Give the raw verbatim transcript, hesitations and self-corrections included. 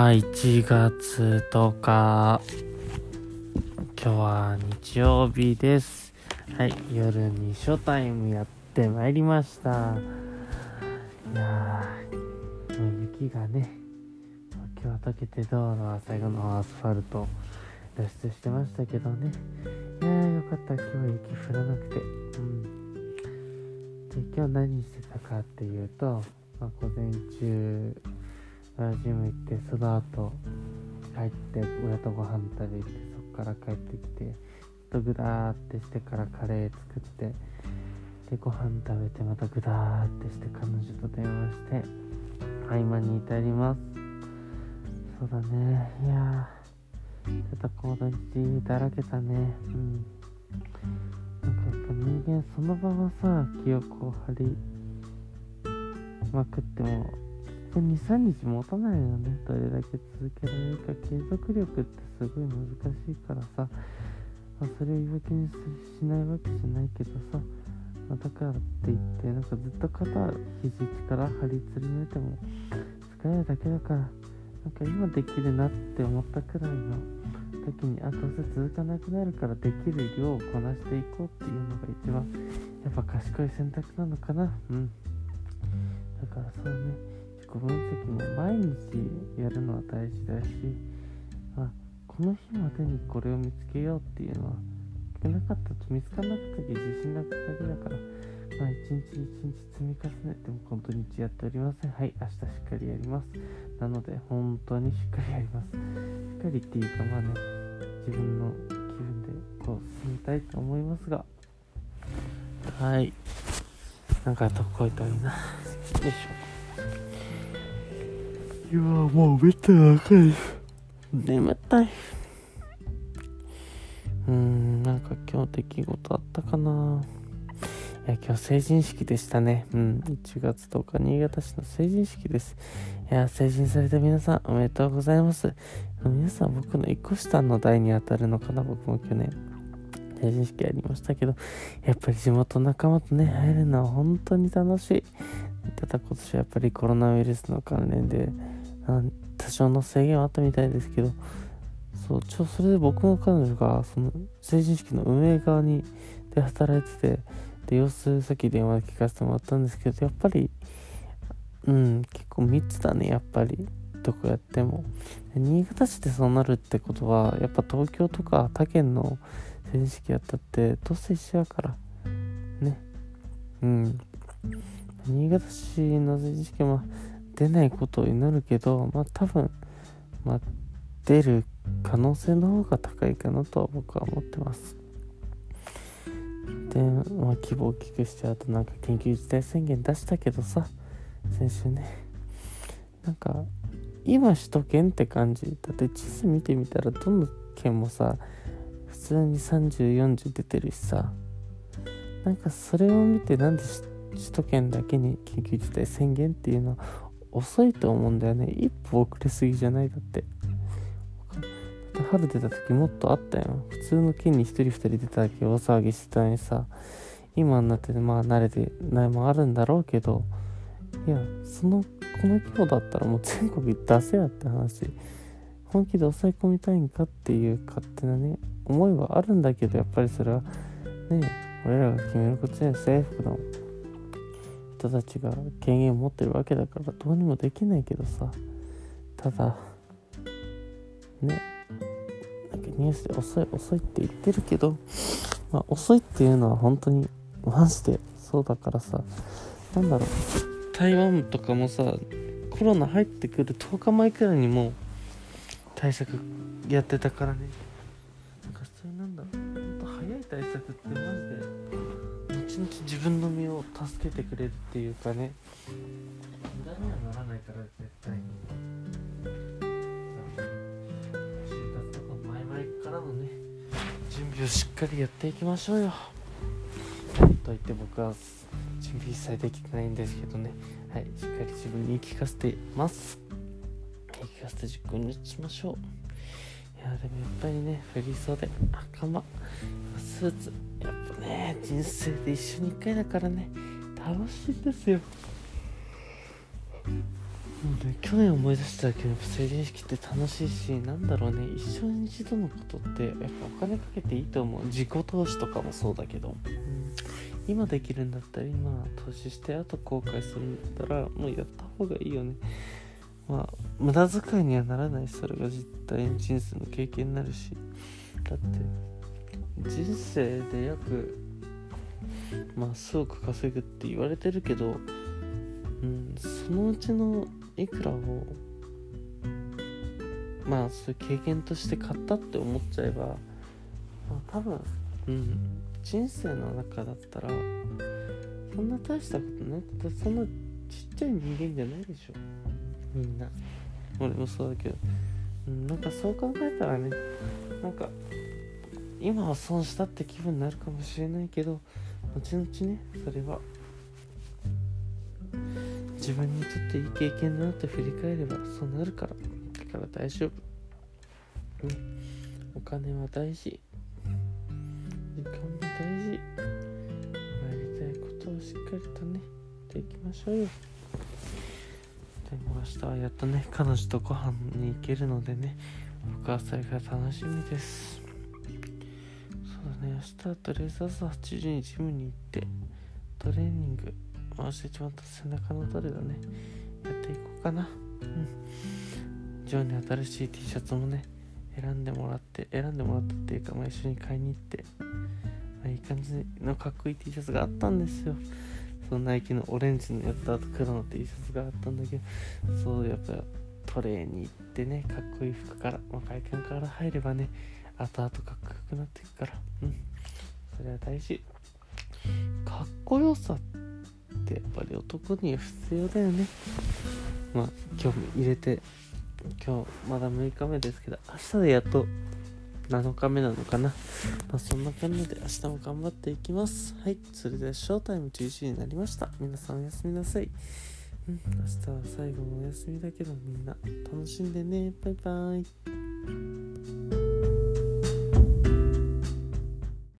はい、いちがつとおか、今日は日曜日です。はい、夜にショータイムやってまいりました。いやー、もう雪がね、今日は溶けて道路は最後のアスファルト露出してましたけどね。いやー、よかった、今日は雪降らなくて。うん。で、今日何してたかっていうと、まあ、午前中、ジム行ってその後帰って親とご飯食べて、そっから帰ってきてとグダーってしてからカレー作って、でご飯食べてまたグダーってして彼女と電話して合間に至ります。そうだね、いやーちょっとこの日だらけたね。うんなんかやっぱ人間その場はさ記憶を張りまくってもに、さんにち持たないよね。どれだけ続けられるか。継続力ってすごい難しいからさ、まあ、それを言い訳に し, しないわけじゃないけどさ、まあ、だからって言ってなんかずっと肩肘から張り詰めても疲れるだけだから、なんか今できるなって思ったくらいの時に、あどうせ続かなくなるからできる量をこなしていこうっていうのが一番やっぱ賢い選択なのかな。うんだからそうね、自己分析も毎日やるのは大事だし、あこの日までにこれを見つけようっていうのはなかったと見つからなかった時自信なくだけだから、まあ一日一日積み重ねても本当にやっておりません。はい、明日しっかりやります。なので本当にしっかりやります。しっかりっていうかまあね、自分の気分でこう進みたいと思いますが、はいなんかどこいといいな。よいしょ。いやもうめったら赤い眠たい。うーんなんか今日出来事あったかな。いや今日成人式でしたね。うんいちがつとおか新潟市の成人式です。いや成人された皆さんおめでとうございます。皆さん僕のいっこ下の代に当たるのかな。僕も去年成人式やりましたけど、やっぱり地元仲間とね会えるのは本当に楽しい。ただ今年はやっぱりコロナウイルスの関連で多少の制限はあったみたいですけど、そうちょそれで僕の彼女がその成人式の運営側にで働いてて、で様子さっき電話で聞かせてもらったんですけど、やっぱりうん結構密だね。やっぱりどこやっても新潟市でそうなるってことは、やっぱ東京とか他県の成人式やったってどうせ一緒やからね。うん新潟市の成人式も出ないことを祈るけど、まあ多分、まあ、出る可能性の方が高いかなとは僕は思ってます。で、まあ規模を大きくしちゃうとなんか緊急事態宣言出したけどさ、先週ね、なんか今首都圏って感じだって。地図見てみたらどの県もさ普通にさんじゅう、よんじゅう出てるしさ、なんかそれを見てなんで首都圏だけに緊急事態宣言っていうのは遅いと思うんだよね。一歩遅れすぎじゃない。だって春出た時もっとあったよ。普通の県に一人二人出ただけ大騒ぎしてたのにさ、今になってまあ慣れてないもあるんだろうけど、いやそのこの規模だったらもう全国出せやって話。本気で抑え込みたいんかっていう勝手なね思いはあるんだけど、やっぱりそれはね俺らが決めることじゃない。政府の人たちが権限を持ってるわけだからどうにもできないけどさ、ただねなんかニュースで遅い遅いって言ってるけど、まあ、遅いっていうのは本当にマジでそうだからさ、なんだろう台湾とかもさコロナ入ってくるとおかまえくらいにもう対策やってたからね。なんかそれなんだろう本当早い対策ってマジで後々自分の身を助けてくれるっていうかね、無駄にはならないから絶対に。就活とか前々からのね準備をしっかりやっていきましょうよ。と言って僕は準備一切できてないんですけどね、はいしっかり自分に言い聞かせてます。言い聞かせて実行に移しましょう。いやでもやっぱりね振り袖袴スーツやっぱね人生で一生に一回だからね楽しいんですよ。 うね、去年思い出したけどやっぱ成人式って楽しいし、なんだろうね、一生に一度のことってやっぱお金かけていいと思う。自己投資とかもそうだけど、うん、今できるんだったら今投資してあと後悔するんだったらもうやった方がいいよね。まあ無駄遣いにはならないし、それが実体人生の経験になるし、だって人生で約まあ数億稼ぐって言われてるけど、うん、そのうちのいくらをまあそういう経験として買ったって思っちゃえば、まあ、多分、うん、人生の中だったらそんな大したことない。だってそんなちっちゃい人間じゃないでしょ、みんな。俺もそうだけど、うん、なんかそう考えたらね、なんか今は損したって気分になるかもしれないけど、後々ね、それは自分にとっていい経験だなって振り返ればそうなるから。だから大丈夫、ね、お金は大事、時間も大事、やりたいことをしっかりとねできましょうよ。でも明日はやっとね彼女とご飯に行けるのでね、僕はそれが楽しみです。そうだね、明日はとりあえず朝はちじにジムに行ってトレーニング回してちまった背中のトレだねやっていこうかな。うん。ジョーに新しい T シャツもね選んでもらって選んでもらったっていうか、まあ、一緒に買いに行って、まあ、いい感じのかっこいい T シャツがあったんですよ。そのナイキのオレンジのやった後黒の T シャツがあったんだけど、そうやっぱトレーに行ってね、かっこいい服から、まあ、外見から入ればね後々かっこよくなっていくから、うん、それは大事。かっこよさってやっぱり男には必要だよね。まあ今日も入れて、今日まだむいかめですけど、明日でやっとなのかめなのかな。まあそんな感じで明日も頑張っていきます。はい、それではショータイムじゅうじになりました。皆さんおやすみなさい。うん、明日は最後のお休みだけどみんな楽しんでね。バイバイ。